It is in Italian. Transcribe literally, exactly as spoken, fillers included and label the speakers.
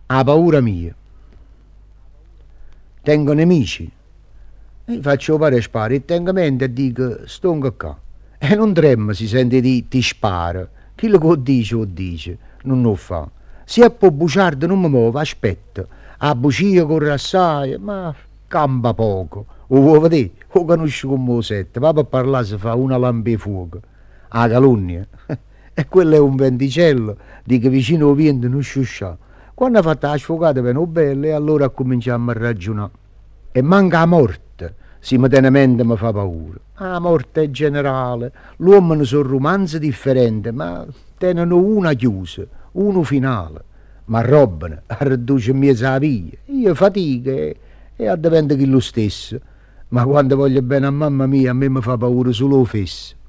Speaker 1: Ha paura mia. Tengo nemici. E faccio pare sparo e tengo mente e dico, stongo qua. E non trema si sente di ti spara. Chi lo dice o dice, non lo fa. Se è po' buciardo non mi muovo, aspetta. A bucia corre assai, ma campa poco. O vuoi vedere? O conosco come lo sette, va per parlare si fa una lampe di fuoco. A calunnia. E quello è un venticello, dico vicino al vento non sciuscià. Quando ha fatto la sfogata bene bella e allora cominciamo a ragionare. E manca la morte, simultaneamente mi fa paura. La morte è generale, l'uomo ne sono romanzi differenti, ma tenono una chiusa, uno finale. Ma robano, a riduce mezza la via. Io fatico e, e a diventa che lo stesso. Ma quando voglio bene a mamma mia, a me mi fa paura solo lo fesso.